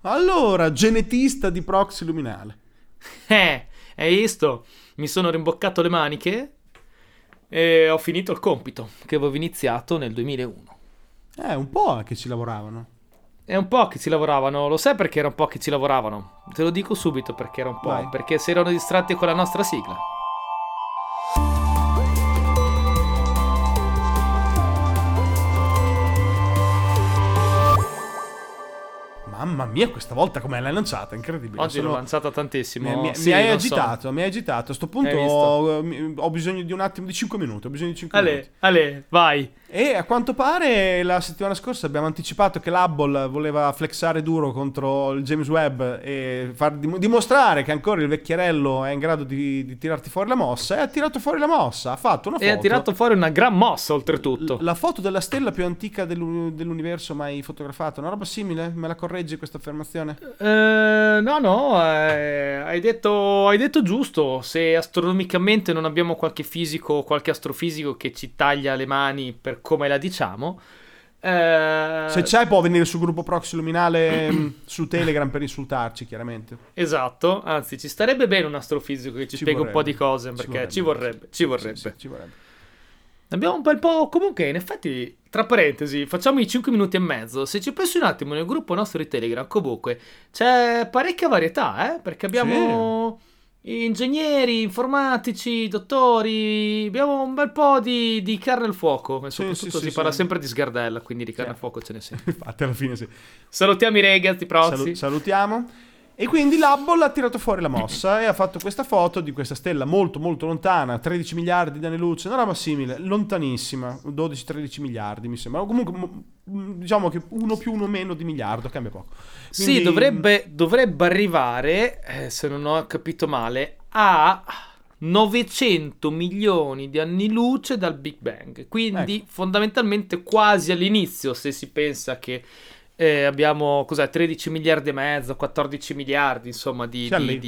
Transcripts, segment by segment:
Allora, genetista di proxy luminale. Hai visto? Mi sono rimboccato le maniche e ho finito il compito che avevo iniziato nel 2001. Un po' che ci lavoravano. È un po' che ci lavoravano, lo sai perché era un po' che ci lavoravano? Te lo dico subito perché era un po', Vai. perché si erano distratti con la nostra sigla. Mamma mia, questa volta come l'hai lanciata, incredibile. Oggi l'ho lanciata tantissimo. Mi Sì, hai non agitato, so. mi hai agitato. A sto Hai punto visto? ho bisogno di un attimo, di 5 minuti. Ho bisogno di 5 minuti. Ale, vai. E a quanto pare la settimana scorsa abbiamo anticipato che l'Hubble voleva flexare duro contro il James Webb e dimostrare che ancora il vecchierello è in grado di tirarti fuori la mossa. E ha tirato fuori la mossa, ha fatto una foto. E ha tirato fuori una gran mossa oltretutto. La foto della stella più antica dell'universo mai fotografata. Una roba simile? Me la correggi questa affermazione? No, hai detto giusto. Se astronomicamente non abbiamo qualche fisico o qualche astrofisico che ci taglia le mani per come la diciamo, se c'è può venire sul gruppo Proxy Luminale su Telegram per insultarci, chiaramente. esatto, anzi ci starebbe bene un astrofisico che ci spiega un po' di cose, perché ci vorrebbe. Sì, ci vorrebbe. Abbiamo un bel po'. Comunque, in effetti, tra parentesi, facciamo i 5 minuti e mezzo. Se ci pensi un attimo nel gruppo nostro di Telegram, comunque c'è parecchia varietà, perché abbiamo ingegneri, informatici, dottori. Abbiamo un bel po' di carne al fuoco. E soprattutto si parla sempre di sgardella, quindi di carne al fuoco ce ne sia. Infatti, alla fine sì. Salutiamo i ragazzi proxy. Salutiamo. E quindi l'Hubble ha tirato fuori la mossa e ha fatto questa foto di questa stella molto molto lontana, 13 miliardi di anni luce, una roba simile, lontanissima, 12-13 miliardi mi sembra, o comunque diciamo che uno più uno meno di miliardo, cambia poco. Quindi... Sì, dovrebbe arrivare, se non ho capito male, a 900 milioni di anni luce dal Big Bang, quindi fondamentalmente quasi all'inizio, se si pensa che abbiamo 13 miliardi e mezzo, 14 miliardi insomma di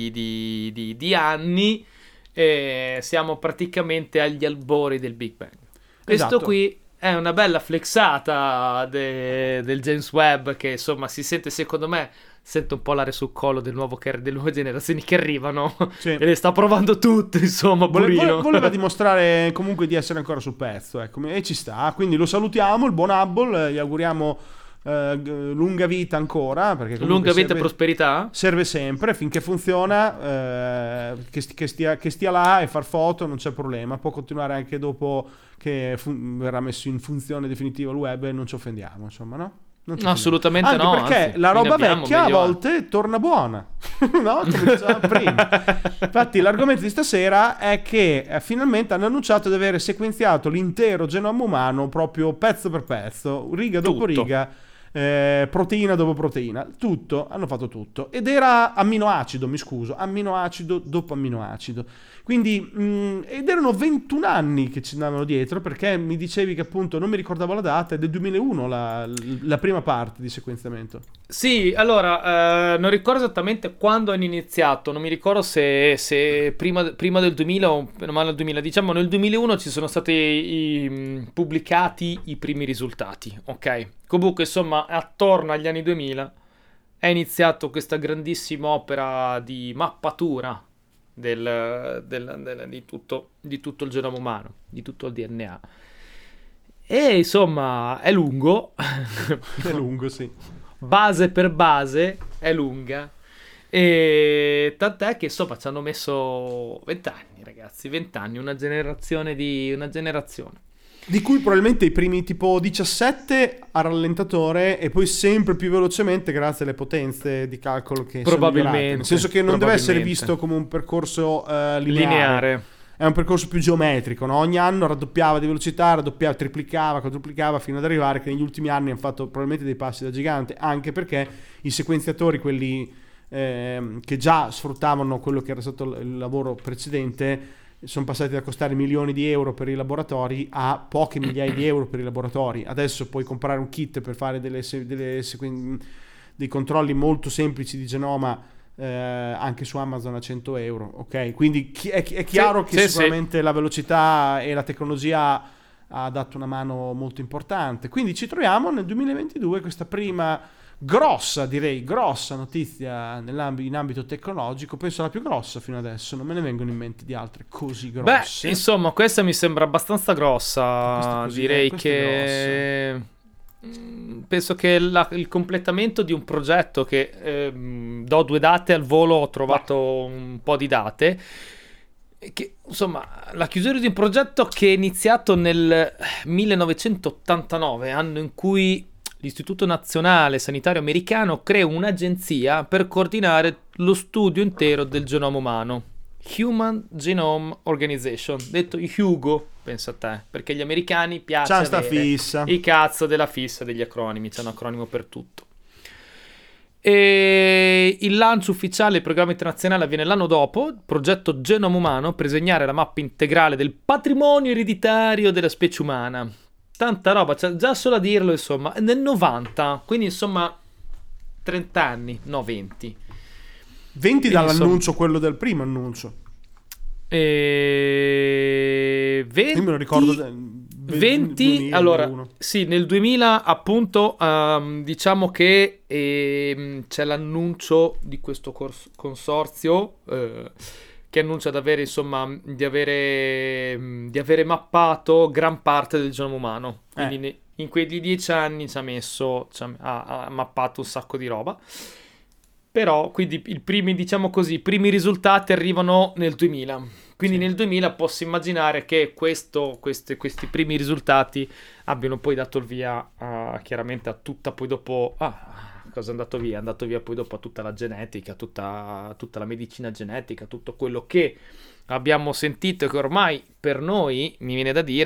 anni, siamo praticamente agli albori del Big Bang. Questo qui è una bella flexata del James Webb, che insomma si sente, secondo me sento un po' l'aria sul collo delle nuove generazioni che arrivano e le sta provando tutte, insomma. Voleva dimostrare comunque di essere ancora sul pezzo, e ci sta, quindi lo salutiamo, il buon Hubble, gli auguriamo lunga vita ancora, perché lunga vita e prosperità serve sempre finché funziona, che stia là e far foto non c'è problema, può continuare anche dopo che verrà messo in funzione definitiva il web e non ci offendiamo, insomma, no? Assolutamente anche no, perché anzi, la roba vecchia a volte torna buona, no? Come dicevamo prima. Infatti l'argomento di stasera è che finalmente hanno annunciato di aver sequenziato l'intero genoma umano proprio pezzo per pezzo, riga dopo riga, proteina dopo proteina, hanno fatto tutto, ed era amminoacido dopo amminoacido, quindi ed erano 21 anni che ci andavano dietro, perché mi dicevi che appunto non mi ricordavo la data, è del 2001 la prima parte di sequenziamento. Sì, allora non ricordo esattamente quando hanno iniziato, non mi ricordo se prima del 2000 o meno al 2000, diciamo nel 2001 ci sono stati pubblicati i primi risultati, ok? Comunque insomma attorno agli anni 2000 è iniziato questa grandissima opera di mappatura di tutto il genoma umano, di tutto il DNA, e insomma è lungo Sì, base per base è lunga, e tant'è che insomma ci hanno messo 20 anni, ragazzi, 20 anni, una generazione di cui probabilmente i primi tipo 17 a rallentatore e poi sempre più velocemente grazie alle potenze di calcolo che probabilmente, nel senso che non deve essere visto come un percorso lineare. È un percorso più geometrico, no? Ogni anno raddoppiava di velocità, triplicava, quadruplicava, fino ad arrivare che negli ultimi anni hanno fatto probabilmente dei passi da gigante, anche perché i sequenziatori, quelli che già sfruttavano quello che era stato il lavoro precedente, sono passati da costare milioni di euro per i laboratori a poche migliaia di euro per i laboratori. Adesso puoi comprare un kit per fare dei controlli molto semplici di genoma anche su Amazon a 100 euro, ok? Quindi è chiaro che sicuramente la velocità e la tecnologia ha dato una mano molto importante. Quindi ci troviamo nel 2022 questa prima grossa notizia in ambito tecnologico, penso la più grossa fino adesso, non me ne vengono in mente di altre così grosse. Beh, insomma, questa mi sembra abbastanza grossa, direi che penso che il completamento di un progetto che do 2 date al volo, ho trovato un po' di date, che insomma la chiusura di un progetto che è iniziato nel 1989, anno in cui l'Istituto Nazionale Sanitario Americano crea un'agenzia per coordinare lo studio intero del genoma umano. Human Genome Organization, detto HUGO, pensa a te, perché gli americani piace c'ha sta avere fissa. i cazzo della fissa degli acronimi, c'è un acronimo per tutto. E il lancio ufficiale del programma internazionale avviene l'anno dopo, il progetto Genoma Umano, per disegnare la mappa integrale del patrimonio ereditario della specie umana. Tanta roba, cioè, già solo a dirlo, insomma, nel 90, quindi insomma 30 anni, no 20. 20 dall'annuncio, quello del primo annuncio. 20, io me lo ricordo 20 2000, allora 2001. sì, nel 2000 appunto diciamo che c'è l'annuncio di questo consorzio che annuncia di avere, insomma, di avere mappato gran parte del genoma umano, quindi in quei 10 anni ha mappato un sacco di roba. Però, quindi i primi risultati arrivano nel 2000. Quindi nel 2000 posso immaginare che questi primi risultati abbiano poi dato il via chiaramente a tutta poi dopo... cosa è andato via? È andato via poi dopo a tutta la genetica, tutta la medicina genetica, tutto quello che abbiamo sentito, che ormai per noi, mi viene da dire,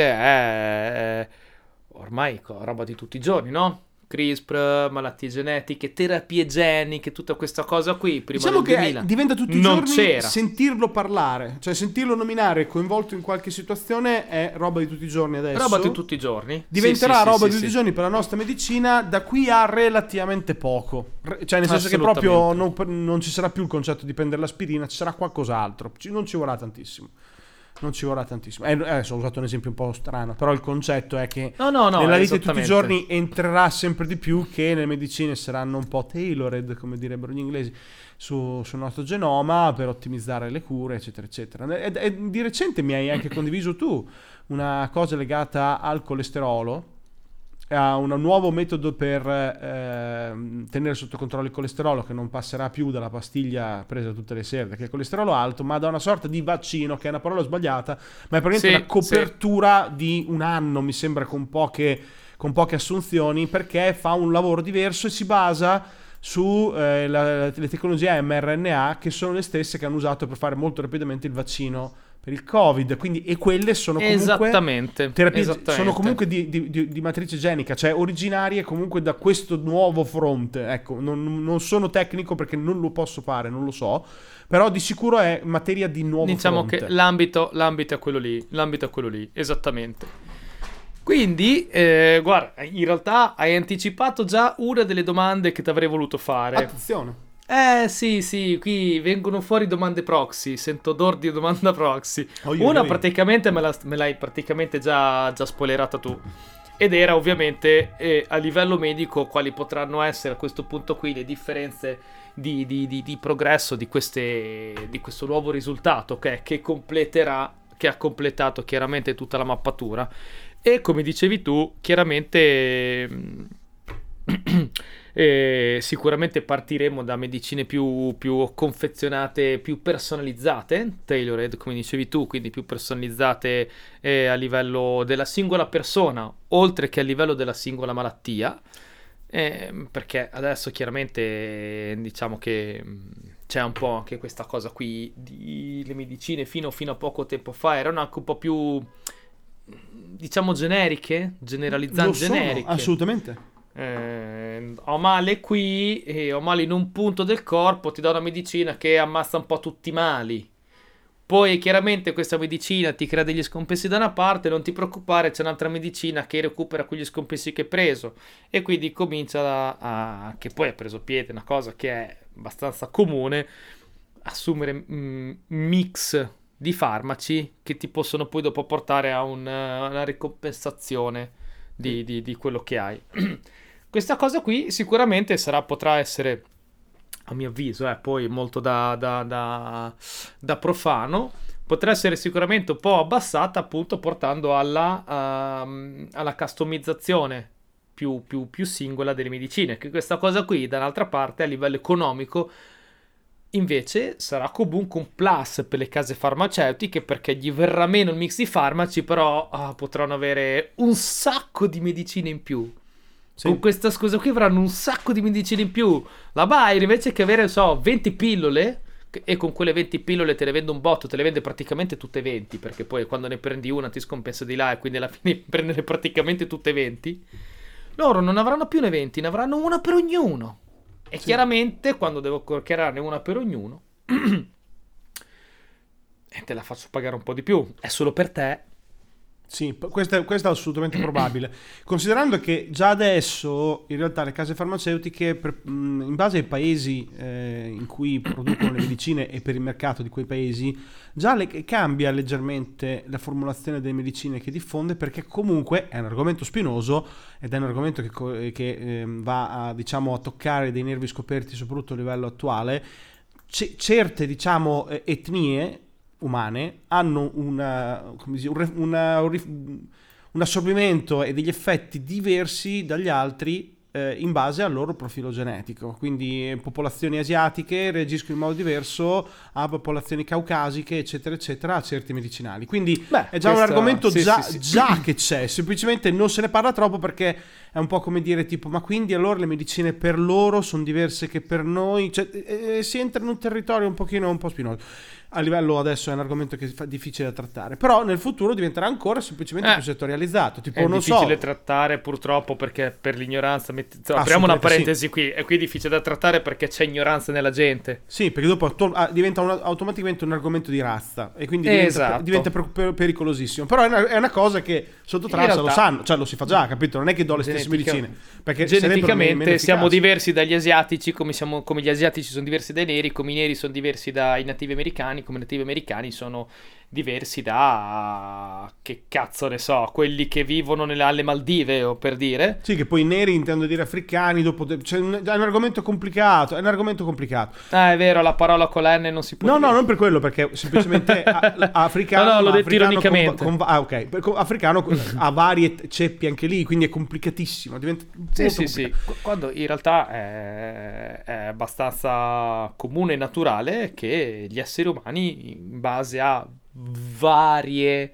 è ormai roba di tutti i giorni, no? CRISPR, malattie genetiche, terapie geniche, tutta questa cosa qui. Prima Diciamo del che 2000 diventa tutti i non giorni c'era. sentirlo parlare, cioè sentirlo nominare, coinvolto in qualche situazione, è roba di tutti i giorni adesso. Roba di tutti i giorni. Diventerà roba di tutti i giorni per la nostra medicina da qui a relativamente poco. Cioè nel senso che proprio non ci sarà più il concetto di prendere l'aspirina, ci sarà qualcos'altro. Non ci vorrà tantissimo. Ho usato un esempio un po' strano, però il concetto è che nella vita di tutti i giorni entrerà sempre di più che le medicine saranno un po' tailored, come direbbero gli inglesi, sul nostro genoma per ottimizzare le cure, eccetera, eccetera. E di recente mi hai anche condiviso tu una cosa legata al colesterolo, a un nuovo metodo per tenere sotto controllo il colesterolo, che non passerà più dalla pastiglia presa tutte le sere perché il colesterolo alto, ma da una sorta di vaccino, che è una parola sbagliata, ma è praticamente una copertura di un anno, mi sembra, con poche assunzioni, perché fa un lavoro diverso e si basa su le tecnologie mRNA, che sono le stesse che hanno usato per fare molto rapidamente il vaccino per il Covid, quindi, e quelle sono comunque terapie, sono comunque di matrice genica, cioè originarie comunque da questo nuovo fronte. Ecco, non sono tecnico perché non lo posso fare, non lo so, però di sicuro è materia di nuovo fronte. Che l'ambito è quello lì, esattamente. Quindi, guarda, in realtà hai anticipato già una delle domande che ti avrei voluto fare. Attenzione. Sì, qui vengono fuori domande proxy, sento odor di domanda proxy. Una praticamente me l'hai praticamente già spoilerata tu. Ed era ovviamente a livello medico quali potranno essere a questo punto qui le differenze di progresso di questo nuovo risultato che ha completato chiaramente tutta la mappatura. E come dicevi tu, chiaramente sicuramente partiremo da medicine più confezionate, più personalizzate, tailored come dicevi tu, quindi più personalizzate a livello della singola persona oltre che a livello della singola malattia, perché adesso chiaramente diciamo che c'è un po' anche questa cosa qui le medicine fino a poco tempo fa erano anche un po' più, diciamo, generalizzanti, generiche. Assolutamente. Ho male qui, ho male in un punto del corpo, ti do una medicina che ammazza un po' tutti i mali. Poi chiaramente questa medicina ti crea degli scompensi da una parte, non ti preoccupare, c'è un'altra medicina che recupera quegli scompensi che hai preso, e quindi comincia che poi ha preso piede una cosa che è abbastanza comune, assumere mix di farmaci che ti possono poi dopo portare a una ricompensazione di quello che hai. Questa cosa qui sicuramente potrà essere, a mio avviso, poi molto da profano, potrà essere sicuramente un po' abbassata, appunto portando alla customizzazione più singola delle medicine, che questa cosa qui dall'altra parte a livello economico invece sarà comunque un plus per le case farmaceutiche, perché gli verrà meno il mix di farmaci, però potranno avere un sacco di medicine in più. Sì. Con questa scusa qui avranno un sacco di medicine in più. La Bayer, invece che avere 20 pillole, e con quelle 20 pillole te le vende un botto, te le vende praticamente tutte 20, perché poi quando ne prendi una ti scompensa di là, e quindi alla fine prendere praticamente tutte 20. Loro non avranno più ne 20, ne avranno una per ognuno. E chiaramente quando devo crearne una per ognuno e te la faccio pagare un po' di più, è solo per te. Sì, questo è assolutamente probabile, considerando che già adesso in realtà le case farmaceutiche, in base ai paesi in cui producono le medicine e per il mercato di quei paesi, già cambia leggermente la formulazione delle medicine che diffonde, perché comunque è un argomento spinoso ed è un argomento che va a, diciamo, a toccare dei nervi scoperti soprattutto a livello attuale. Certe, diciamo, etnie umane hanno un assorbimento e degli effetti diversi dagli altri in base al loro profilo genetico, quindi popolazioni asiatiche reagiscono in modo diverso a popolazioni caucasiche, eccetera eccetera, a certi medicinali, quindi è già un argomento già che c'è, semplicemente non se ne parla troppo, perché è un po' come dire tipo, ma quindi allora le medicine per loro sono diverse che per noi, cioè, si entra in un territorio un po' spinoso. A livello adesso è un argomento che è difficile da trattare, però nel futuro diventerà ancora semplicemente più settorializzato, tipo, è non difficile trattare purtroppo, perché per l'ignoranza apriamo una parentesi qui, e qui è difficile da trattare perché c'è ignoranza nella gente. Sì, perché dopo diventa automaticamente un argomento di razza, e quindi diventa pericolosissimo, però è una cosa che sotto traccia lo sanno, cioè lo si fa già, capito? Non è che do le stesse medicine, perché geneticamente siamo diversi dagli asiatici, come gli asiatici sono diversi dai neri, come i neri sono diversi dai nativi americani, come i nativi americani sono diversi da, che cazzo ne so, quelli che vivono alle Maldive, o per dire. Sì, che poi i neri intendo dire africani, è un argomento complicato, è è vero, la parola con la N non si può dire. No, non per quello, perché semplicemente africano. No, l'ho detto ironicamente. Africano ha varie ceppi anche lì, quindi è complicatissimo, diventa sì, quando in realtà è abbastanza comune e naturale che gli esseri umani, in base a varie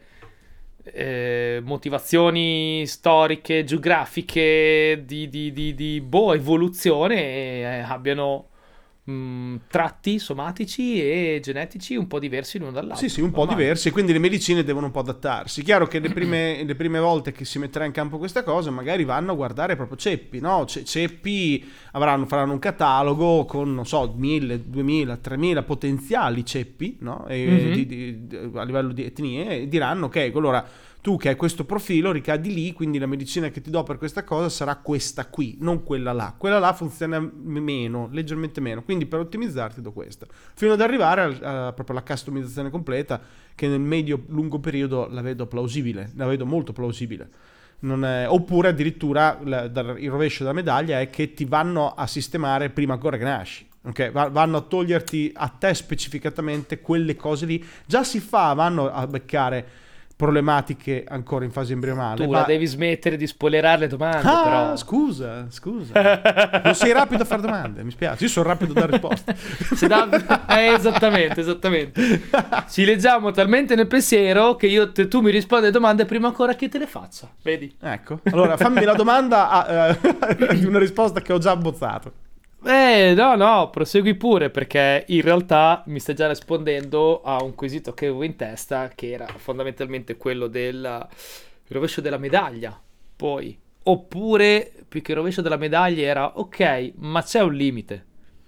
motivazioni storiche, geografiche, di evoluzione, abbiano tratti somatici e genetici un po' diversi l'uno dall'altro. Sì, un po' diversi, quindi le medicine devono un po' adattarsi. Chiaro che le prime volte che si metterà in campo questa cosa, magari vanno a guardare proprio ceppi, no? Ceppi faranno un catalogo con, non so, 1000, 2000, 3000 potenziali ceppi, no? A livello di etnie, e diranno, ok, allora tu che hai questo profilo ricadi lì, quindi la medicina che ti do per questa cosa sarà questa qui, non quella là. Quella là funziona meno, leggermente meno, quindi per ottimizzarti do questa. Fino ad arrivare proprio alla customizzazione completa, che nel medio-lungo periodo la vedo plausibile, la vedo molto plausibile. Oppure addirittura il rovescio della medaglia è che ti vanno a sistemare prima ancora che nasci. Okay, vanno a toglierti a te specificatamente quelle cose lì. Già vanno a beccare problematiche ancora in fase embrionale. Tu la devi smettere di spoilerare le domande, però. Scusa. Non sei rapido a fare domande, mi spiace. Io sono rapido a dare risposte. Esattamente. Ci leggiamo talmente nel pensiero che tu mi rispondi alle domande prima ancora che te le faccia. Vedi? Ecco. Allora, fammi la domanda di una risposta che ho già abbozzato. No, prosegui pure, perché in realtà mi stai già rispondendo a un quesito che avevo in testa, che era fondamentalmente quello del rovescio della medaglia. Poi, oppure, più che il rovescio della medaglia era, ok, ma c'è un limite.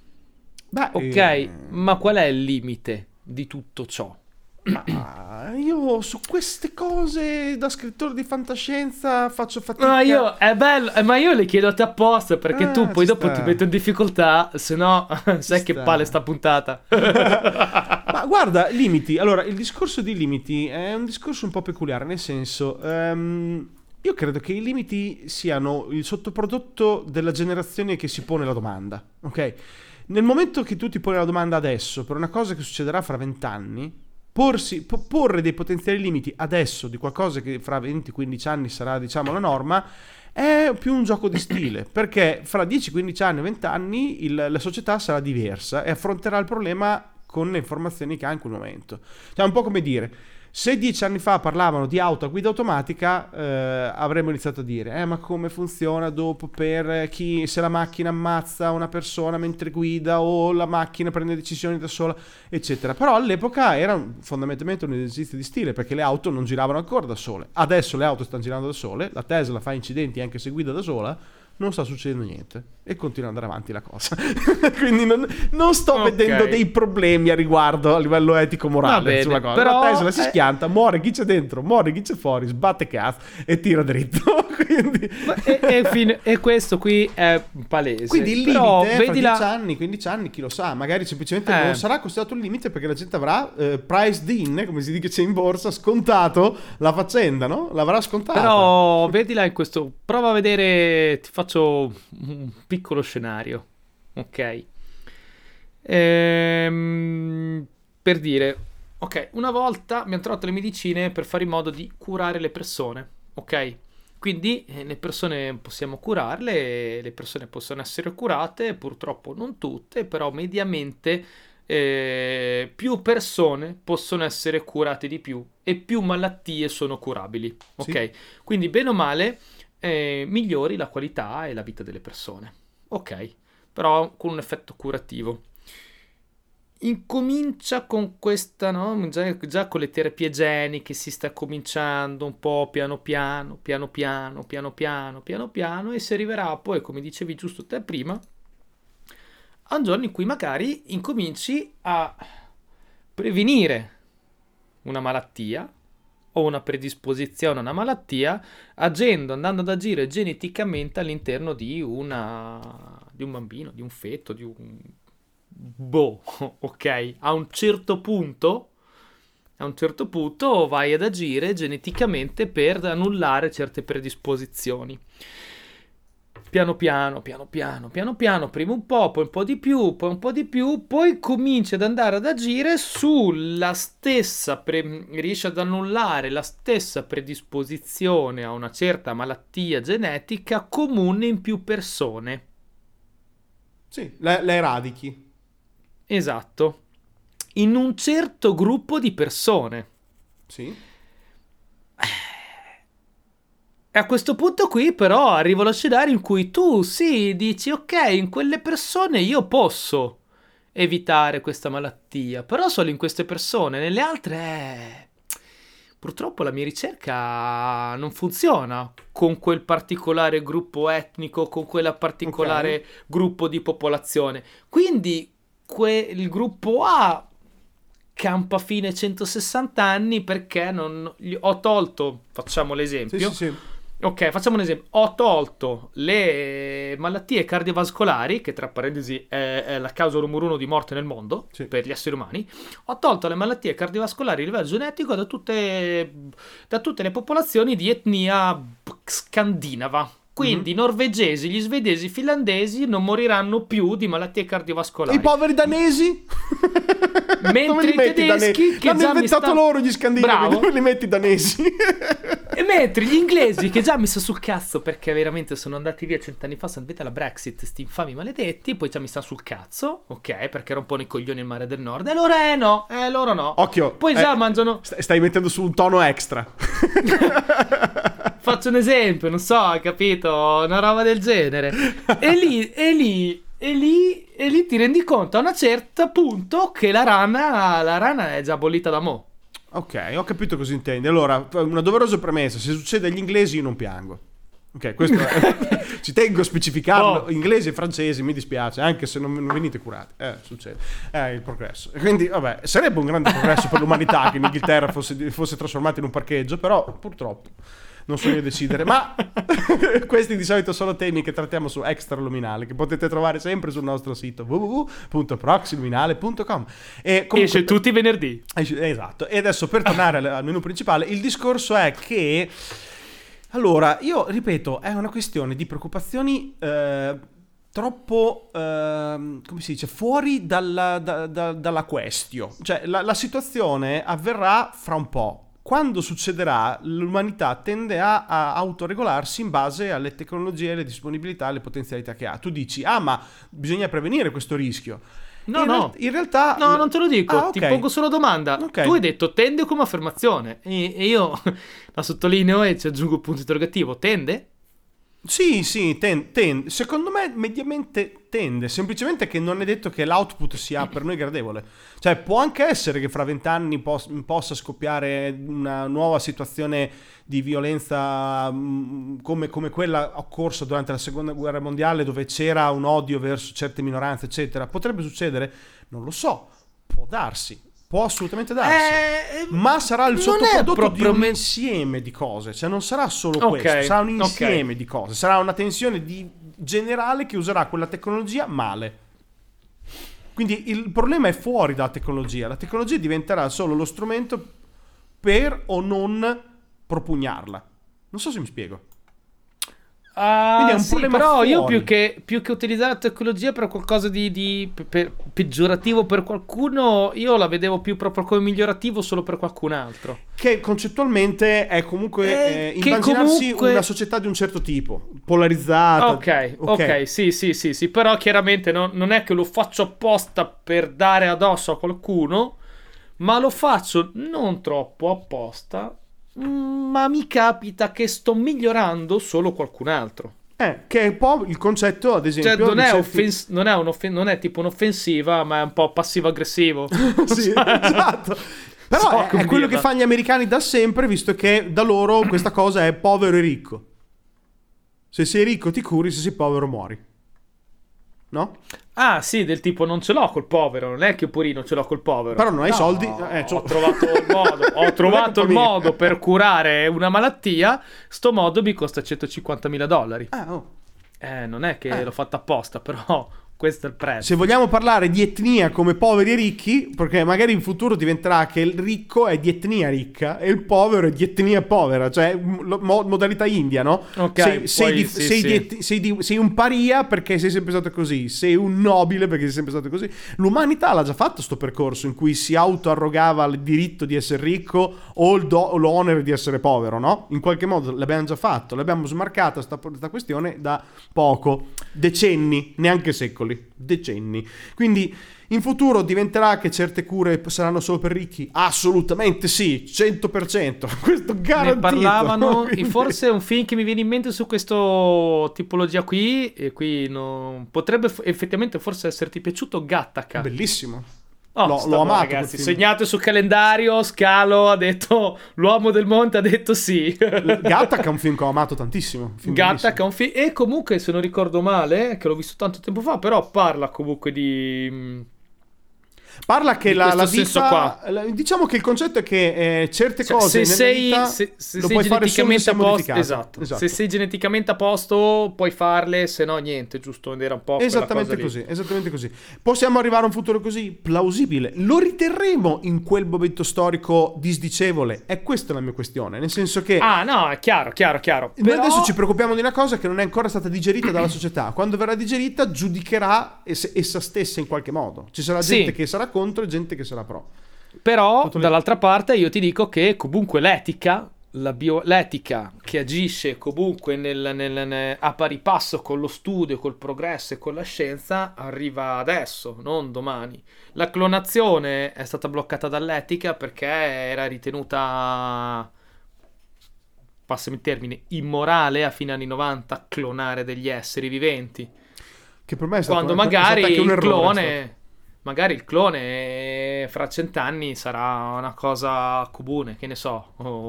Ma qual è il limite di tutto ciò? Io su queste cose da scrittore di fantascienza faccio fatica. Ma io le chiedo a te apposta, perché tu poi dopo ti metto in difficoltà, se no sai che palle sta puntata. Ma guarda, limiti. Allora, il discorso di limiti è un discorso un po' peculiare, nel senso Io credo che i limiti siano il sottoprodotto della generazione che si pone la domanda, ok? Nel momento che tu ti poni la domanda adesso per una cosa che succederà fra 20 anni, porre dei potenziali limiti adesso di qualcosa che fra 20-15 anni sarà, diciamo, la norma, è più un gioco di stile, perché fra 10-15 anni, 20 anni la società sarà diversa e affronterà il problema con le informazioni che ha in quel momento. Cioè, un po' come dire, se 10 anni fa parlavano di auto a guida automatica, avremmo iniziato a dire ma come funziona dopo per chi, se la macchina ammazza una persona mentre guida o la macchina prende decisioni da sola, eccetera. Però all'epoca era fondamentalmente un esercizio di stile, perché le auto non giravano ancora da sole. Adesso le auto stanno girando da sole, la Tesla fa incidenti anche se guida da sola, non sta succedendo niente e continua ad andare avanti la cosa. Quindi non sto vedendo dei problemi a riguardo a livello etico-morale sulla cosa. Però, la Tesla si schianta, muore chi c'è dentro, muore chi c'è fuori, sbatte cazzo e tira dritto. Quindi... e questo qui è palese. Quindi il però, limite fra 10 anni, 15 anni, chi lo sa, magari semplicemente non sarà considerato un limite, perché la gente avrà priced in, come si dice in borsa, scontato la faccenda, no? L'avrà scontata. Però vedila in questo, prova a vedere, ti faccio un piccolo scenario, ok? Per dire, ok, una volta abbiamo trovato le medicine per fare in modo di curare le persone, ok? Quindi le persone possiamo curarle, le persone possono essere curate, purtroppo non tutte, però mediamente più persone possono essere curate di più e più malattie sono curabili, ok? Sì. Quindi bene o male migliori la qualità e la vita delle persone, ok? Però con un effetto curativo. Incomincia con questa, no? Già con le terapie geniche si sta cominciando un po' piano piano e si arriverà poi, come dicevi giusto te prima, a un giorno in cui magari incominci a prevenire una malattia o una predisposizione a una malattia andando ad agire geneticamente all'interno di un bambino, di un feto, di un ok? A un certo punto vai ad agire geneticamente per annullare certe predisposizioni. Piano piano, prima un po', poi un po' di più, poi cominci ad andare ad agire sulla stessa, riesci ad annullare la stessa predisposizione a una certa malattia genetica comune in più persone. Sì, la eradichi. Esatto. In un certo gruppo di persone. Sì. E a questo punto qui però arriva lo scenario in cui tu dici ok, in quelle persone io posso evitare questa malattia, però solo in queste persone, nelle altre purtroppo la mia ricerca non funziona con quel particolare gruppo etnico, con quella particolare gruppo di popolazione. Quindi il gruppo A campa fine 160 anni perché ho tolto, facciamo l'esempio. Sì. Ok, facciamo un esempio. Ho tolto le malattie cardiovascolari, che tra parentesi è la causa numero 1 di morte nel mondo per gli esseri umani. Ho tolto le malattie cardiovascolari a livello genetico da tutte le popolazioni di etnia scandinava. Quindi i norvegesi, gli svedesi, i finlandesi non moriranno più di malattie cardiovascolari. I poveri danesi? Mentre i tedeschi che l'hanno inventato loro gli scandinavi, dove li metti i danesi? E mentre gli inglesi che già mi sta sul cazzo perché veramente sono andati via 100 anni fa, sono andati alla Brexit, sti infami maledetti, poi già mi sta sul cazzo, ok, perché rompono i coglioni il mare del nord, e loro no. Occhio, poi già mangiano. Stai mettendo su un tono extra. Faccio un esempio, non so, capito, una roba del genere. E lì ti rendi conto a un certo punto che la rana è già bollita da mo'. Ok, ho capito cosa intendi. Allora, una doverosa premessa: se succede agli inglesi io non piango. Ok, questo ci tengo a specificarlo. Inglesi e francesi, mi dispiace, anche se non venite curati. Succede. Il progresso. Quindi, vabbè, sarebbe un grande progresso per l'umanità che l'Inghilterra fosse trasformata in un parcheggio, però purtroppo non so io decidere. Ma questi di solito sono temi che trattiamo su Extra Luminale, che potete trovare sempre sul nostro sito www.proxyluminale.com. E comunque, esce tutti i venerdì. Esatto. E adesso, per tornare al menu principale, il discorso è che Allora, io ripeto, è una questione di preoccupazioni troppo, come si dice, fuori dalla question. Cioè, la situazione avverrà fra un po'. Quando succederà, l'umanità tende a autoregolarsi in base alle tecnologie, alle disponibilità, alle potenzialità che ha. Tu dici, ma bisogna prevenire questo rischio. In realtà... No, non te lo dico, okay. Ti pongo solo domanda. Okay. Tu hai detto tende come affermazione e io la sottolineo e ci aggiungo il punto interrogativo. Tende? Sì, tende. Secondo me mediamente tende, semplicemente che non è detto che l'output sia per noi gradevole. Cioè può anche essere che fra 20 anni possa scoppiare una nuova situazione di violenza come quella occorsa durante la seconda guerra mondiale, dove c'era un odio verso certe minoranze eccetera. Potrebbe succedere? Non lo so, può darsi. Può assolutamente darsi, ma sarà il sottoprodotto di un insieme di cose, cioè non sarà solo questo, sarà un insieme di cose, sarà una tensione generale che userà quella tecnologia male. Quindi il problema è fuori dalla tecnologia, la tecnologia diventerà solo lo strumento per o non propugnarla. Non so se mi spiego. Quindi è un problema però fuori. Io più che utilizzare la tecnologia per qualcosa di peggiorativo per qualcuno, io la vedevo più proprio come migliorativo solo per qualcun altro, che concettualmente è comunque immaginarsi una società di un certo tipo, polarizzata. Ok, sì, però chiaramente non è che lo faccio apposta per dare addosso a qualcuno, ma lo faccio non troppo apposta, ma mi capita che sto migliorando solo qualcun altro. Che è un po' il concetto, ad esempio. Cioè, non è tipo un'offensiva, ma è un po' passivo-aggressivo. Sì, esatto. Però è quello che fanno gli americani da sempre, visto che da loro questa cosa è povero e ricco. Se sei ricco ti curi, se sei povero muori. No? Ah sì, del tipo non ce l'ho col povero, non è che purino ce l'ho col povero. Però non hai soldi. Ho trovato il modo per curare una malattia, sto modo mi costa $150,000. Non è che l'ho fatto apposta, però questo è il prezzo. Se vogliamo parlare di etnia come poveri e ricchi, perché magari in futuro diventerà che il ricco è di etnia ricca e il povero è di etnia povera, cioè modalità India, no? Ok. Sei un paria perché sei sempre stato così, sei un nobile perché sei sempre stato così. L'umanità l'ha già fatto sto percorso in cui si auto-arrogava il diritto di essere ricco o l'onere di essere povero, no? In qualche modo l'abbiamo già fatto, l'abbiamo smarcata sta questione da poco, decenni, neanche secoli. Decenni. Quindi in futuro diventerà che certe cure saranno solo per ricchi? Assolutamente sì, 100%. Questo garantito. Ne parlavano, quindi... forse un film che mi viene in mente su questa tipologia qui, e qui potrebbe effettivamente forse esserti piaciuto, Gattaca. Bellissimo. L'ho amato, ragazzi, segnato sul calendario. Scalo ha detto, l'uomo del monte ha detto sì. Gattaca è un film che ho amato tantissimo. Gattaca è un film, e comunque se non ricordo male, che l'ho visto tanto tempo fa, però parla comunque di... Parla che la vita qua. Diciamo che il concetto è che certe cose nella vita lo puoi fare solo se modificato. Esatto. Se sei geneticamente a posto puoi farle, se no niente, giusto? Era un po' esattamente così. Possiamo arrivare a un futuro così plausibile? Lo riterremo in quel momento storico disdicevole? È questa la mia questione, nel senso che no, è chiaro. Noi però... adesso ci preoccupiamo di una cosa che non è ancora stata digerita dalla società. Quando verrà digerita giudicherà essa stessa in qualche modo. Ci sarà gente che sarà contro e gente che sarà pro. Però dall'altra parte io ti dico che comunque l'etica che agisce comunque a pari passo con lo studio, col progresso e con la scienza, arriva adesso, non domani. La clonazione è stata bloccata dall'etica perché era ritenuta, passami il termine, immorale a fine anni 90 clonare degli esseri viventi. Che per me è stato quando magari il clone fra 100 anni sarà una cosa comune, che ne so,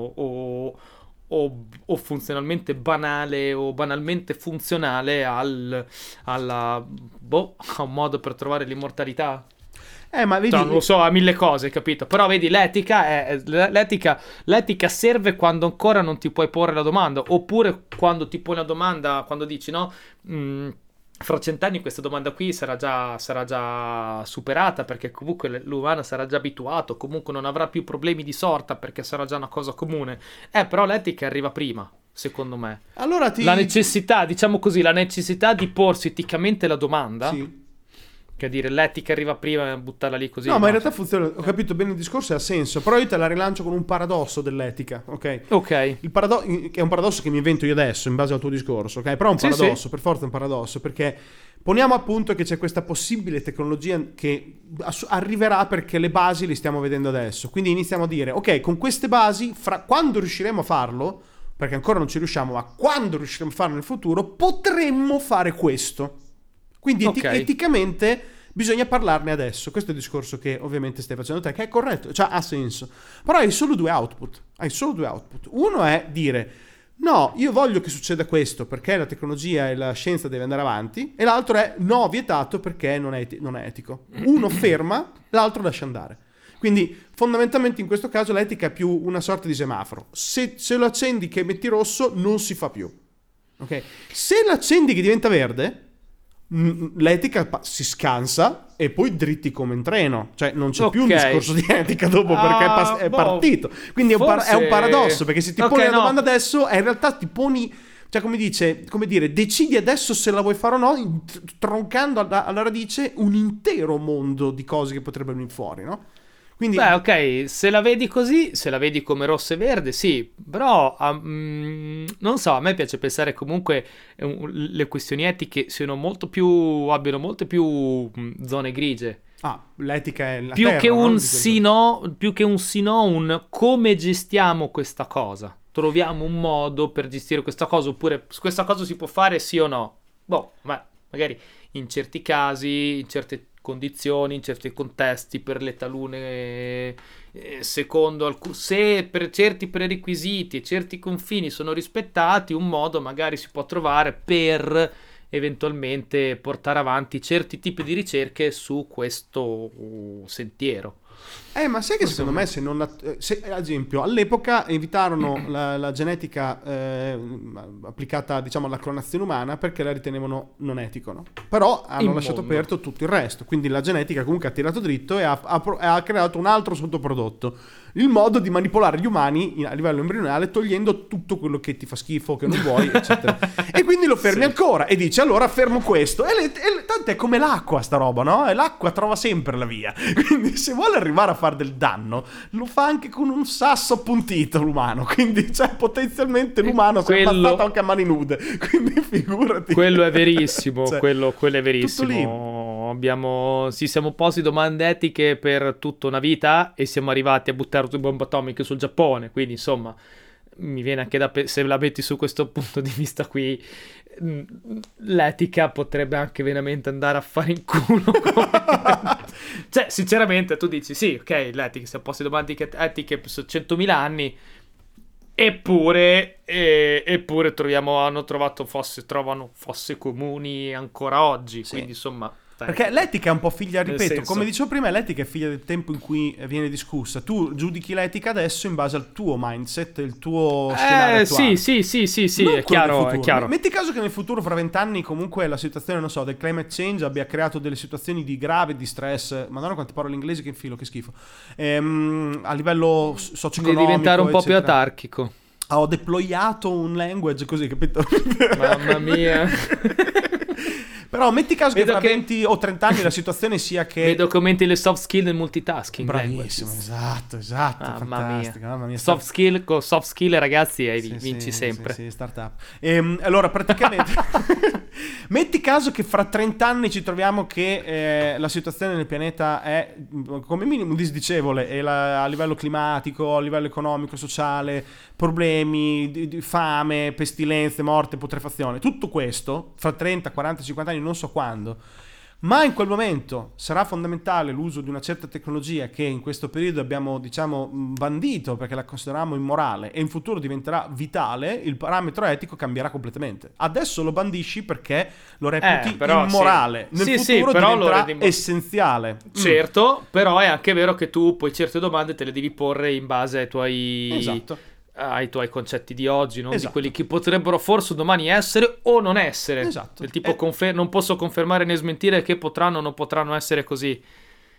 o funzionalmente banale o banalmente funzionale a un modo per trovare l'immortalità. Ma vedi, non lo so, a mille cose, capito? Però vedi, l'etica serve quando ancora non ti puoi porre la domanda, oppure quando ti poni la domanda, quando dici no, fra 100 anni questa domanda qui sarà già superata, perché comunque l'umano sarà già abituato, comunque non avrà più problemi di sorta perché sarà già una cosa comune. Però l'etica arriva prima. secondo me. Allora La necessità, diciamo così, la necessità di porsi eticamente la domanda, sì. che dire l'etica arriva prima e buttarla lì così. No, ma in realtà funziona, ho capito bene il discorso e ha senso, però io te la rilancio con un paradosso dell'etica, ok? Ok. Che è un paradosso che mi invento io adesso in base al tuo discorso, ok? Però è un paradosso, per forza è un paradosso, perché poniamo appunto che c'è questa possibile tecnologia che arriverà perché le basi le stiamo vedendo adesso, quindi iniziamo a dire, ok, con queste basi, quando riusciremo a farlo, perché ancora non ci riusciamo, ma quando riusciremo a farlo nel futuro, potremmo fare questo. Quindi eticamente bisogna parlarne adesso. Questo è il discorso che ovviamente stai facendo te, che è corretto, cioè ha senso. Però hai solo due output. Uno è dire no, io voglio che succeda questo perché la tecnologia e la scienza deve andare avanti, e l'altro è no, vietato perché non è etico. Uno ferma, l'altro lascia andare. Quindi fondamentalmente in questo caso l'etica è più una sorta di semaforo. Se lo accendi che metti rosso non si fa più. Ok? Se l'accendi che diventa verde, l'etica si scansa e poi dritti come in treno, cioè non c'è più un discorso di etica dopo perché è partito. Quindi è un paradosso, perché se ti poni la domanda adesso in realtà ti poni, cioè come dire, decidi adesso se la vuoi fare o no, troncando alla radice un intero mondo di cose che potrebbero venire fuori, no? Quindi... Beh, ok, se la vedi così, se la vedi come rosso e verde, sì, però non so, a me piace pensare comunque le questioni etiche abbiano molte più zone grigie. L'etica è la più terra, che un no? sì no, un come gestiamo questa cosa. Troviamo un modo per gestire questa cosa, oppure questa cosa si può fare sì o no. Boh, ma magari in certi casi, in certe condizioni, in certi contesti, per le talune secondo se per certi prerequisiti e certi confini sono rispettati, un modo magari si può trovare per eventualmente portare avanti certi tipi di ricerche su questo sentiero. Ma sai che secondo me ad esempio all'epoca evitarono la genetica applicata diciamo alla clonazione umana perché la ritenevano non etico, no? Però hanno lasciato aperto tutto il resto, quindi la genetica comunque ha tirato dritto e ha creato un altro sottoprodotto, il modo di manipolare gli umani a livello embrionale togliendo tutto quello che ti fa schifo, che non vuoi, eccetera. E quindi lo fermi ancora e dici allora fermo questo, tanto è come l'acqua sta roba, no? E l'acqua trova sempre la via, quindi se vuole arrivare a fare del danno lo fa anche con un sasso appuntito l'umano, quindi cioè potenzialmente l'umano si è ammazzato anche a mani nude, quindi figurati. Quello è verissimo, cioè, quello è verissimo. Ci siamo posti domande etiche per tutta una vita e siamo arrivati a buttare due bombe atomiche sul Giappone, quindi insomma mi viene anche se la metti su questo punto di vista qui, l'etica potrebbe anche veramente andare a fare in culo. Cioè sinceramente tu dici sì, ok, l'etica, si è posti domande etiche per 100.000 anni, eppure trovano fosse comuni ancora oggi, sì. Quindi insomma perché l'etica è un po' figlia, ripeto, come dicevo prima, l'etica è figlia del tempo in cui viene discussa. Tu giudichi l'etica adesso in base al tuo mindset, il tuo scenario attuale. Sì, è chiaro. Metti caso che nel futuro, fra 20 anni, comunque la situazione, non so, del climate change abbia creato delle situazioni di grave di stress. Madonna quante parole inglesi, che infilo, che schifo. A livello socio-economico, devi diventare un po' eccetera. Più autarchico. Ho deployato un language così, capito? Mamma mia. Però metti caso che tra 20 o 30 anni la situazione sia che... Vedo che aumenti le soft skill nel multitasking. Bravissimo, esatto, mamma mia. Soft skill ragazzi, vinci sempre. Sì, startup. Allora praticamente metti caso che fra 30 anni ci troviamo che la situazione nel pianeta è come minimo disdicevole, e a livello climatico, a livello economico, sociale, problemi di fame, pestilenze, morte, putrefazione, tutto questo fra 30, 40, 50 anni, non so quando, ma in quel momento sarà fondamentale l'uso di una certa tecnologia che in questo periodo abbiamo diciamo bandito perché la consideriamo immorale, e in futuro diventerà vitale. Il parametro etico cambierà completamente. Adesso lo bandisci perché lo reputi immorale, nel futuro diventerà essenziale. Certo, però è anche vero che tu poi certe domande te le devi porre in base ai tuoi... Esatto. Ai tuoi concetti di oggi, non di quelli che potrebbero forse domani essere o non essere. Esatto. Del tipo non posso confermare né smentire che potranno o non potranno essere così.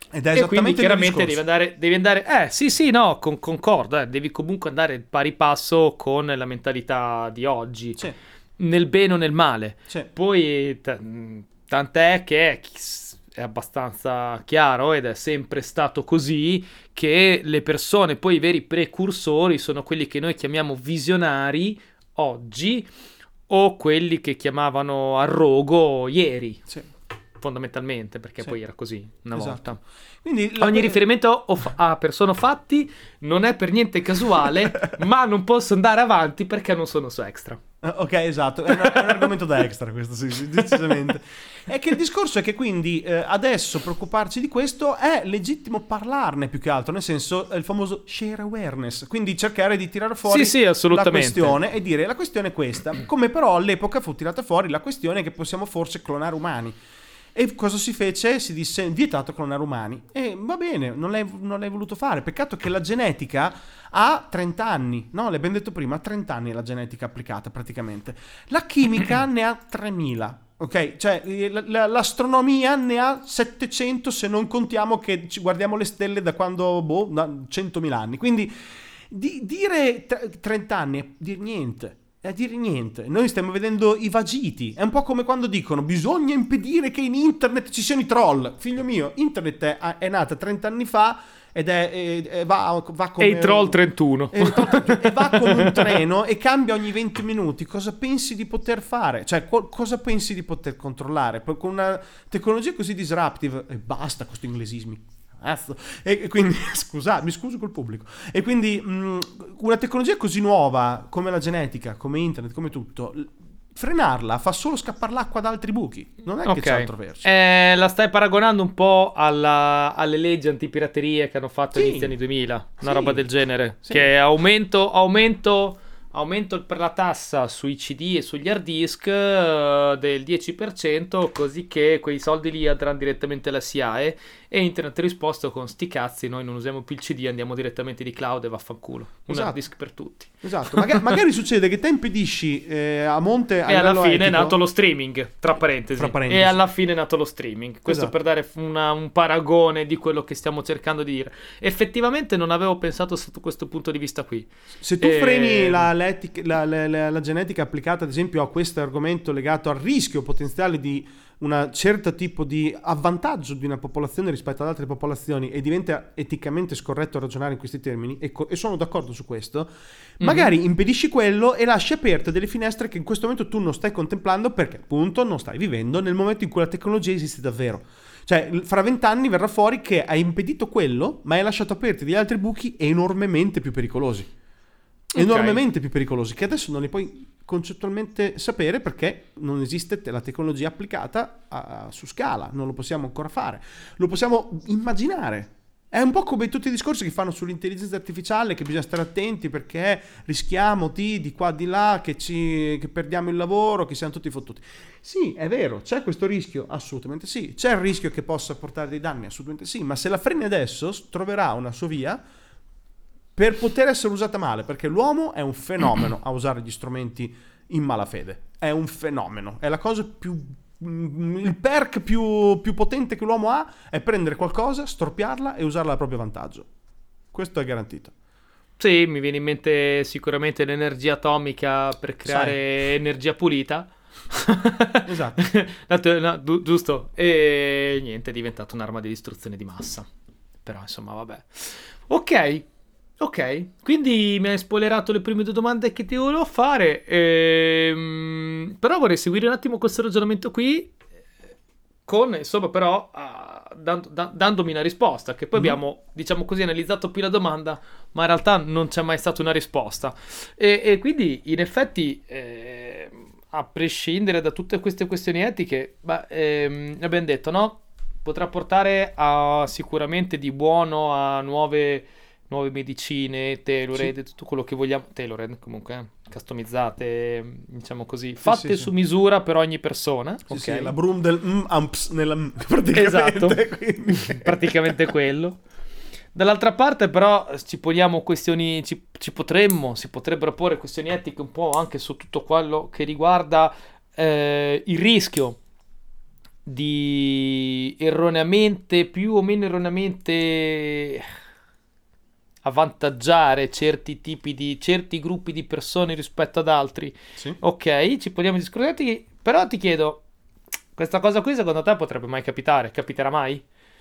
Ed è E quindi esattamente il mio chiaramente discorso. devi andare, sì, no, concordo, devi comunque andare pari passo con la mentalità di oggi, Sì, nel bene o nel male. sì. Poi tant'è che è abbastanza chiaro ed è sempre stato così che le persone, poi i veri precursori, sono quelli che noi chiamiamo visionari oggi o quelli che chiamavano arrogo ieri, Sì, fondamentalmente, perché sì. poi era così una volta. Esatto. Quindi Ogni riferimento a persone o fatti non è per niente casuale, ma non posso andare avanti perché non sono su Extra. Ok, esatto, è un argomento da extra questo, sì, decisamente. È che il discorso è che quindi adesso preoccuparci di questo è legittimo parlarne più che altro, nel senso il famoso share awareness, quindi cercare di tirare fuori Sì, assolutamente. la questione e dire la questione è questa, come però all'epoca fu tirata fuori la questione che possiamo forse clonare umani. E cosa si fece? Si disse vietato clonare umani. E va bene, non l'hai voluto fare. Peccato che la genetica ha 30 anni. No, l'abbiamo detto prima, ha 30 anni la genetica applicata praticamente. La chimica ne ha 3000. Ok? Cioè l'astronomia ne ha 700 se non contiamo che ci guardiamo le stelle da quando, da 100.000 anni. Quindi dire 30 anni è dire niente. A dire niente, noi stiamo vedendo i vagiti, è un po' come quando dicono bisogna impedire che in internet ci siano i troll. Figlio mio, internet è nata 30 anni fa ed va come E i troll 31. e va come un treno e cambia ogni 20 minuti. Cosa pensi di poter fare? Cioè, cosa pensi di poter controllare? Poi con una tecnologia così disruptive, e basta con questi inglesismi. E quindi mi scuso col pubblico. E quindi una tecnologia così nuova come la genetica, come internet, come tutto, frenarla fa solo scappare l'acqua da altri buchi. Non è che c'è altro verso. La stai paragonando un po' alle leggi antipiraterie che hanno fatto Sì. inizio anni 2000, una Sì. roba del genere, Sì. che aumento per la tassa sui CD e sugli hard disk del 10%, così che quei soldi lì andranno direttamente alla SIAE, e internet ha risposto con sti cazzi, noi non usiamo più il CD, andiamo direttamente di cloud e vaffanculo. Un Esatto. hard disk per tutti. Esatto, magari succede che te impedisci a monte a E alla livello fine è etico. nato lo streaming, tra parentesi. Tra parentesi. E alla fine è nato lo streaming. Questo Esatto. per dare un paragone di quello che stiamo cercando di dire. Effettivamente non avevo pensato sotto questo punto di vista qui. Se tu freni la genetica applicata, ad esempio, a questo argomento legato al rischio potenziale di un certo tipo di avvantaggio di una popolazione rispetto ad altre popolazioni, e diventa eticamente scorretto ragionare in questi termini, e sono d'accordo su questo, magari impedisci quello e lasci aperte delle finestre che in questo momento tu non stai contemplando, perché appunto non stai vivendo nel momento in cui la tecnologia esiste davvero. Cioè, fra 20 anni verrà fuori che hai impedito quello, ma hai lasciato aperti degli altri buchi enormemente più pericolosi. Enormemente più pericolosi, che adesso non li puoi concettualmente sapere perché non esiste la tecnologia applicata su scala, non lo possiamo ancora fare, lo possiamo immaginare. È un po' come tutti i discorsi che fanno sull'intelligenza artificiale, che bisogna stare attenti perché rischiamo di qua di là, che perdiamo il lavoro, che siamo tutti fottuti. Sì, è vero, c'è questo rischio, assolutamente sì, c'è il rischio che possa portare dei danni, assolutamente sì, ma se la freni adesso troverà una sua via per poter essere usata male, perché l'uomo è un fenomeno a usare gli strumenti in malafede, è un fenomeno, è la cosa il perk più potente che l'uomo ha è prendere qualcosa, storpiarla e usarla a proprio vantaggio. Questo è garantito. Sì, mi viene in mente sicuramente l'energia atomica per creare energia pulita. Esatto. No, giusto. E niente, è diventato un'arma di distruzione di massa. Però insomma, vabbè. Ok, quindi mi hai spoilerato le prime due domande che ti volevo fare, però vorrei seguire un attimo questo ragionamento qui, con insomma però dandomi una risposta, che poi abbiamo, diciamo così, analizzato più la domanda, ma in realtà non c'è mai stata una risposta, e quindi in effetti a prescindere da tutte queste questioni etiche, abbiamo detto, no? Potrà portare sicuramente di buono a nuove medicine, tailored, tutto quello che vogliamo, tailored comunque, customizzate, diciamo così, fatte su misura per ogni persona. Sì, Okay. sì, la broom del amps nella praticamente. Esatto, Quindi. praticamente quello. Dall'altra parte però ci poniamo questioni, si potrebbero porre questioni etiche un po' anche su tutto quello che riguarda il rischio di erroneamente, più o meno erroneamente, avvantaggiare certi gruppi di persone rispetto ad altri. Sì. Ok, ci poniamo discorsi, però ti chiedo, questa cosa qui secondo te potrebbe mai capitare? Capiterà mai?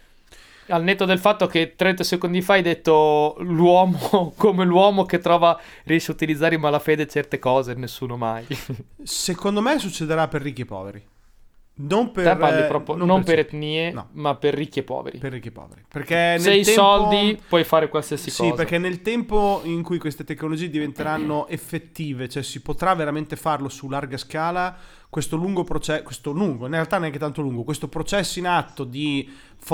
Al netto del fatto che 30 secondi fa hai detto l'uomo come l'uomo che riesce a utilizzare in malafede certe cose, nessuno mai. Secondo me succederà per ricchi e poveri. Non per, Te parli proprio non per ceto. etnie, No. ma per ricchi e poveri. Per ricchi e poveri. Perché Se nel hai tempo... soldi puoi fare qualsiasi Sì, cosa. perché nel tempo in cui queste tecnologie diventeranno effettive, cioè si potrà veramente farlo su larga scala, questo lungo processo, in realtà neanche tanto lungo, questo processo in atto di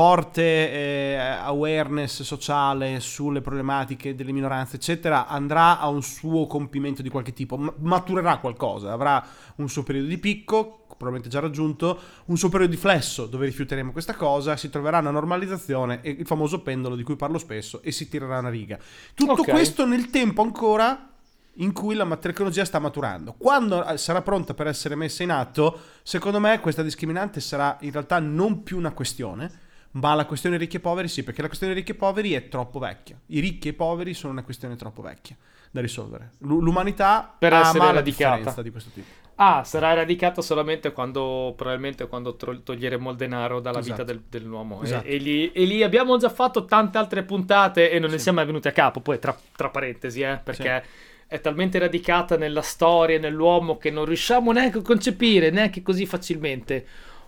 forte awareness sociale sulle problematiche delle minoranze, eccetera, andrà a un suo compimento di qualche tipo, maturerà qualcosa, avrà un suo periodo di picco, probabilmente già raggiunto, un suo periodo di flesso dove rifiuteremo questa cosa, si troverà una normalizzazione e il famoso pendolo di cui parlo spesso e si tirerà una riga. Tutto questo nel tempo ancora in cui la tecnologia sta maturando. Quando sarà pronta per essere messa in atto, secondo me questa discriminante sarà in realtà non più una questione, ma la questione ricchi e poveri sì, perché la questione ricchi e poveri è troppo vecchia. I ricchi e poveri sono una questione troppo vecchia da risolvere. L'umanità per ama la eradicata. differenza di questo tipo. Sarà eradicata solamente probabilmente quando toglieremo il denaro dalla vita dell'uomo. Esatto. E lì abbiamo già fatto tante altre puntate e non ne siamo mai venuti a capo. Poi tra parentesi, perché è talmente radicata nella storia, nell'uomo, che non riusciamo neanche a concepire, neanche così facilmente,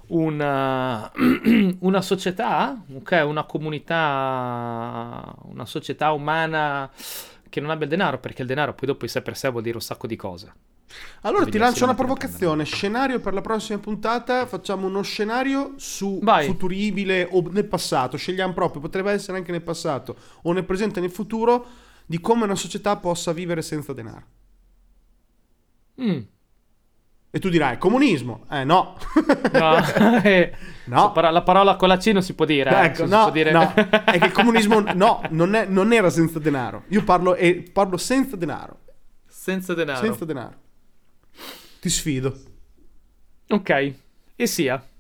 una società, una comunità, una società umana che non abbia il denaro, perché il denaro poi dopo in sé per sé vuol dire un sacco di cose. Allora ti lancio una provocazione, scenario per la prossima puntata, facciamo uno scenario futuribile o nel passato, scegliamo proprio, potrebbe essere anche nel passato o nel presente e nel futuro, di come una società possa vivere senza denaro. E tu dirai, comunismo? No. No. La parola con la C non si può dire. Ecco, no, è che il comunismo non era senza denaro. Io parlo senza denaro. Senza denaro. Senza denaro. Ti sfido. Ok, e sia.